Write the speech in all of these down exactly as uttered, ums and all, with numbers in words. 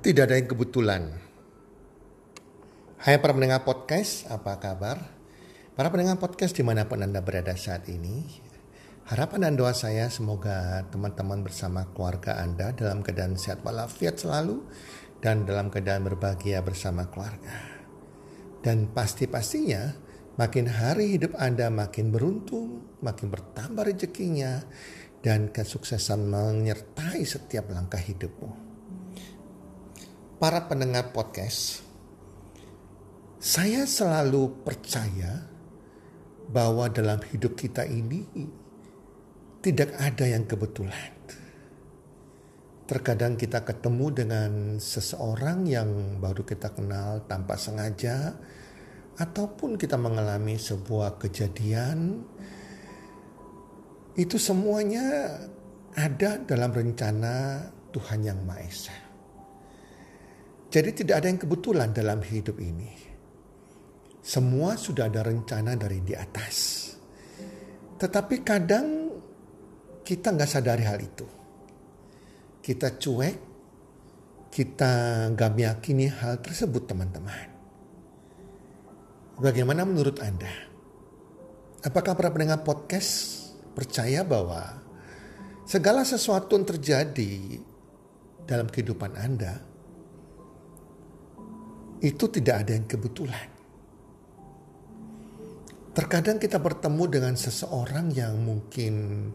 Tidak ada yang kebetulan. Hai para pendengar podcast, apa kabar? Para pendengar podcast dimanapun Anda berada saat ini, harapan dan doa saya semoga teman-teman bersama keluarga Anda dalam keadaan sehat walafiat selalu dan dalam keadaan berbahagia bersama keluarga. Dan pasti-pastinya makin hari hidup Anda makin beruntung, makin bertambah rezekinya, dan kesuksesan menyertai setiap langkah hidupmu. Para pendengar podcast, saya selalu percaya bahwa dalam hidup kita ini tidak ada yang kebetulan. Terkadang kita ketemu dengan seseorang yang baru kita kenal tanpa sengaja, ataupun kita mengalami sebuah kejadian. Itu semuanya ada dalam rencana Tuhan Yang Maha Esa. Jadi tidak ada yang kebetulan dalam hidup ini. Semua sudah ada rencana dari di atas. Tetapi kadang kita nggak sadari hal itu. Kita cuek, kita nggak meyakini hal tersebut, teman-teman. Bagaimana menurut Anda? Apakah para pendengar podcast percaya bahwa segala sesuatu yang terjadi dalam kehidupan Anda itu tidak ada yang kebetulan? Terkadang kita bertemu dengan seseorang yang mungkin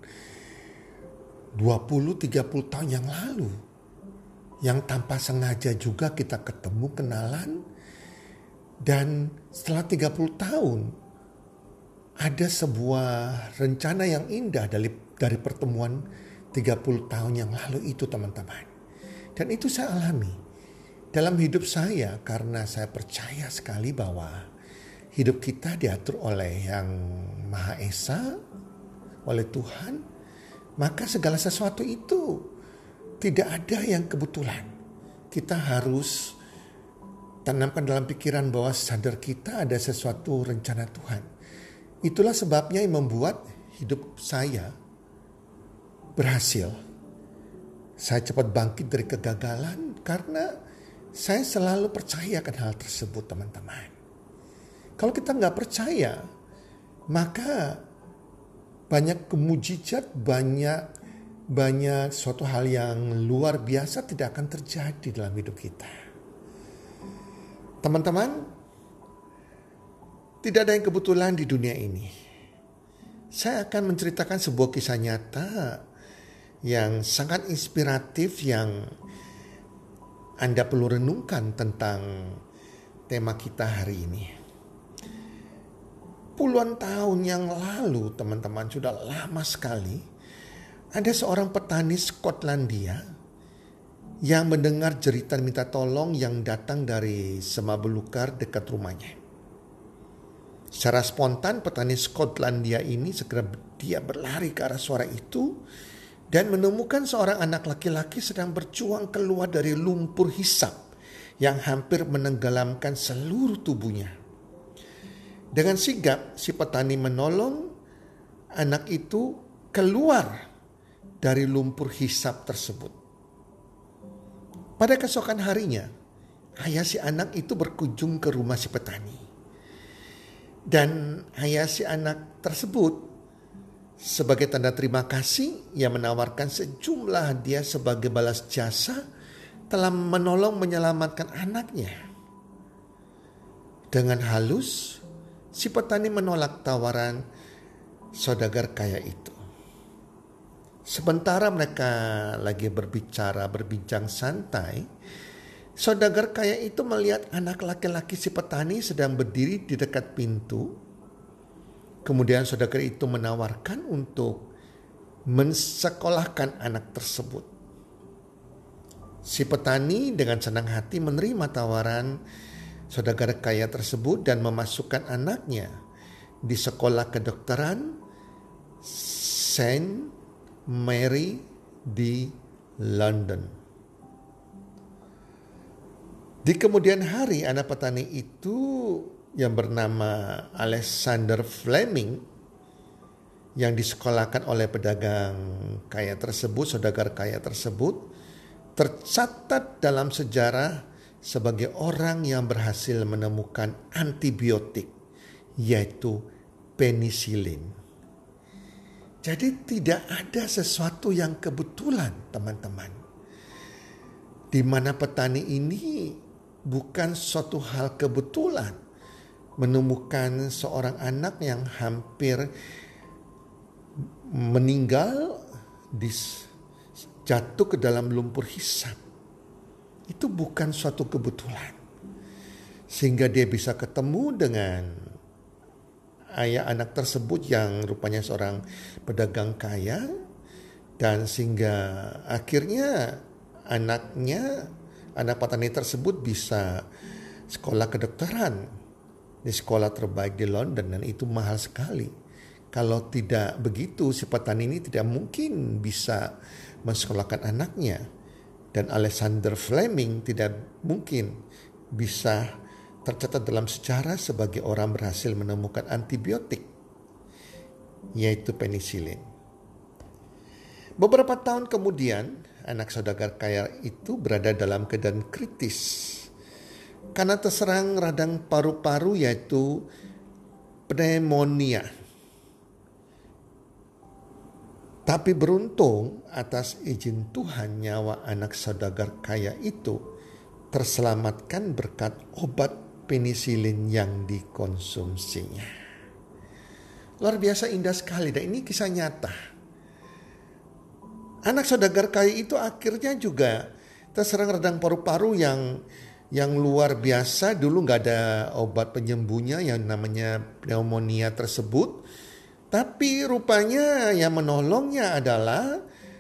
dua puluh sampai tiga puluh tahun yang lalu, yang tanpa sengaja juga kita ketemu, kenalan, dan setelah tiga puluh tahun ada sebuah rencana yang indah dari, dari pertemuan tiga puluh tahun yang lalu itu, teman-teman. Dan itu saya alami dalam hidup saya, karena saya percaya sekali bahwa hidup kita diatur oleh Yang Maha Esa, oleh Tuhan. Maka segala sesuatu itu tidak ada yang kebetulan. Kita harus tanamkan dalam pikiran bahwa sadar kita ada sesuatu rencana Tuhan. Itulah sebabnya yang membuat hidup saya berhasil. Saya cepat bangkit dari kegagalan karena saya selalu percaya akan hal tersebut, teman-teman. Kalau kita nggak percaya, maka banyak kemujizat, banyak banyak suatu hal yang luar biasa tidak akan terjadi dalam hidup kita. Teman-teman, tidak ada yang kebetulan di dunia ini. Saya akan menceritakan sebuah kisah nyata yang sangat inspiratif, yang Anda perlu renungkan tentang tema kita hari ini. Puluhan tahun yang lalu, teman-teman, sudah lama sekali, ada seorang petani Skotlandia yang mendengar jeritan minta tolong yang datang dari semak belukar dekat rumahnya. Secara spontan petani Skotlandia ini segera dia berlari ke arah suara itu dan menemukan seorang anak laki-laki sedang berjuang keluar dari lumpur hisap yang hampir menenggelamkan seluruh tubuhnya. Dengan sigap si petani menolong anak itu keluar dari lumpur hisap tersebut. Pada keesokan harinya, ayah si anak itu berkunjung ke rumah si petani. Dan ayah si anak tersebut sebagai tanda terima kasih, ia menawarkan sejumlah hadiah sebagai balas jasa telah menolong menyelamatkan anaknya. Dengan halus, si petani menolak tawaran saudagar kaya itu. Sementara mereka lagi berbicara, berbincang santai, saudagar kaya itu melihat anak laki-laki si petani sedang berdiri di dekat pintu. Kemudian saudagar itu menawarkan untuk mensekolahkan anak tersebut. Si petani dengan senang hati menerima tawaran saudagar kaya tersebut dan memasukkan anaknya di sekolah kedokteran Saint Mary di London. Di kemudian hari, anak petani itu yang bernama Alexander Fleming yang disekolahkan oleh pedagang kaya tersebut, saudagar kaya tersebut, tercatat dalam sejarah sebagai orang yang berhasil menemukan antibiotik, yaitu penisilin. Jadi tidak ada sesuatu yang kebetulan, teman-teman. Di mana petani ini bukan suatu hal kebetulan menemukan seorang anak yang hampir meninggal, jatuh ke dalam lumpur hisap. Itu bukan suatu kebetulan. Sehingga dia bisa ketemu dengan ayah anak tersebut yang rupanya seorang pedagang kaya. Dan sehingga akhirnya anaknya, anak petani tersebut bisa sekolah kedokteran di sekolah terbaik di London, dan itu mahal sekali. Kalau tidak begitu, si petani ini tidak mungkin bisa mensekolahkan anaknya. Dan Alexander Fleming tidak mungkin bisa tercatat dalam sejarah sebagai orang berhasil menemukan antibiotik, yaitu penisilin. Beberapa tahun kemudian, anak saudagar kaya itu berada dalam keadaan kritis karena terserang radang paru-paru, yaitu pneumonia. Tapi beruntung atas izin Tuhan, nyawa anak saudagar kaya itu terselamatkan berkat obat penisilin yang dikonsumsinya. Luar biasa indah sekali, dan ini kisah nyata. Anak saudagar kaya itu akhirnya juga terserang radang paru-paru yang yang luar biasa. Dulu gak ada obat penyembuhnya yang namanya pneumonia tersebut. Tapi rupanya yang menolongnya adalah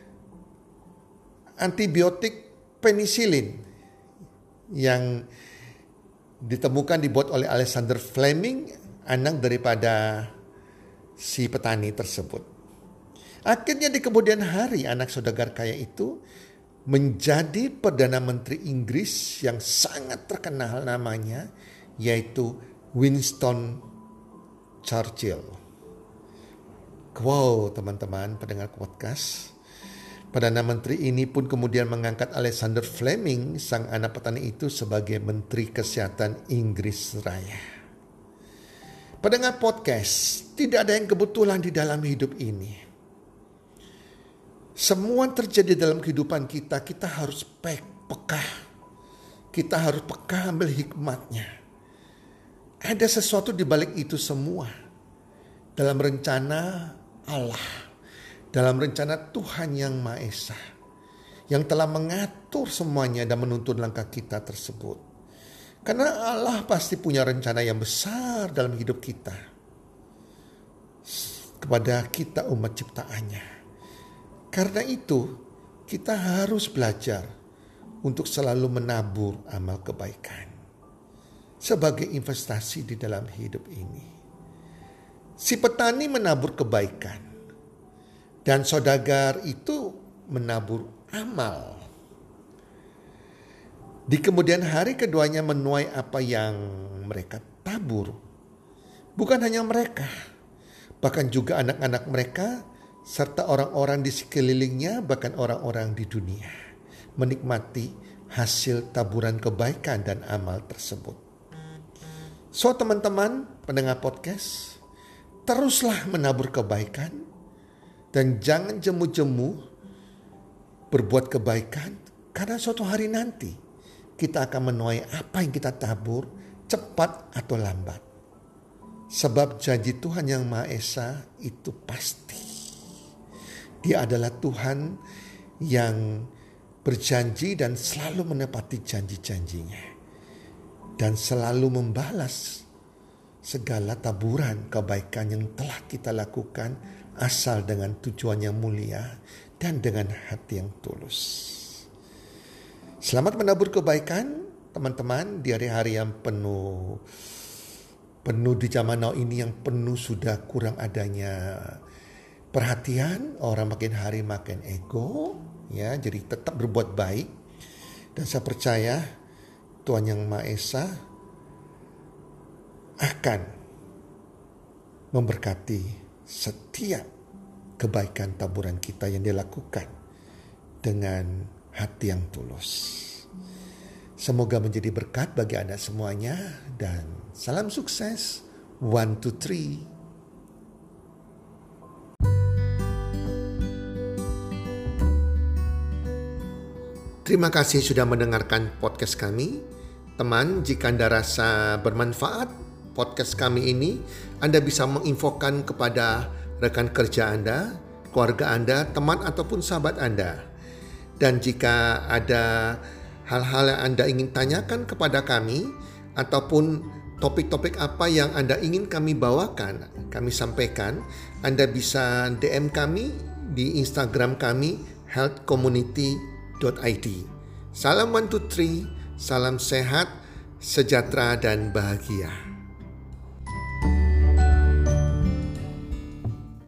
antibiotik penisilin yang ditemukan dibuat oleh Alexander Fleming, anak daripada si petani tersebut. Akhirnya di kemudian hari anak saudagar kaya itu menjadi Perdana Menteri Inggris yang sangat terkenal namanya, yaitu Winston Churchill. Wow, teman-teman pendengar podcast. Perdana Menteri ini pun kemudian mengangkat Alexander Fleming, sang anak petani itu, sebagai Menteri Kesehatan Inggris Raya. Pendengar podcast, tidak ada yang kebetulan di dalam hidup ini. Semua terjadi dalam kehidupan kita, kita harus peka. Kita harus peka ambil hikmatnya. Ada sesuatu di balik itu semua. Dalam rencana Allah, dalam rencana Tuhan yang Maha Esa, yang telah mengatur semuanya dan menuntun langkah kita tersebut. Karena Allah pasti punya rencana yang besar dalam hidup kita, kepada kita umat ciptaannya. Karena itu kita harus belajar untuk selalu menabur amal kebaikan sebagai investasi di dalam hidup ini. Si petani menabur kebaikan dan saudagar itu menabur amal. Di kemudian hari keduanya menuai apa yang mereka tabur. Bukan hanya mereka, bahkan juga anak-anak mereka serta orang-orang di sekelilingnya, bahkan orang-orang di dunia menikmati hasil taburan kebaikan dan amal tersebut. So teman-teman pendengar podcast, teruslah menabur kebaikan dan jangan jemu-jemu berbuat kebaikan, karena suatu hari nanti kita akan menuai apa yang kita tabur, cepat atau lambat. Sebab janji Tuhan yang Maha Esa itu pasti. Dia adalah Tuhan yang berjanji dan selalu menepati janji-janjinya. Dan selalu membalas segala taburan kebaikan yang telah kita lakukan, asal dengan tujuan yang mulia dan dengan hati yang tulus. Selamat menabur kebaikan teman-teman di hari-hari yang penuh penuh di zaman now ini, yang penuh sudah kurang adanya perhatian, orang makin hari makin ego, ya, jadi tetap berbuat baik. Dan saya percaya Tuhan yang Maha Esa akan memberkati setiap kebaikan taburan kita yang dilakukan dengan hati yang tulus. Semoga menjadi berkat bagi Anda semuanya dan salam sukses. One, two, three. Terima kasih sudah mendengarkan podcast kami. Teman, jika Anda rasa bermanfaat podcast kami ini, Anda bisa menginfokan kepada rekan kerja Anda, keluarga Anda, teman ataupun sahabat Anda. Dan jika ada hal-hal yang Anda ingin tanyakan kepada kami, ataupun topik-topik apa yang Anda ingin kami bawakan, kami sampaikan, Anda bisa D M kami di Instagram kami health community dot i d. Salam one two three, salam sehat, sejahtera dan bahagia.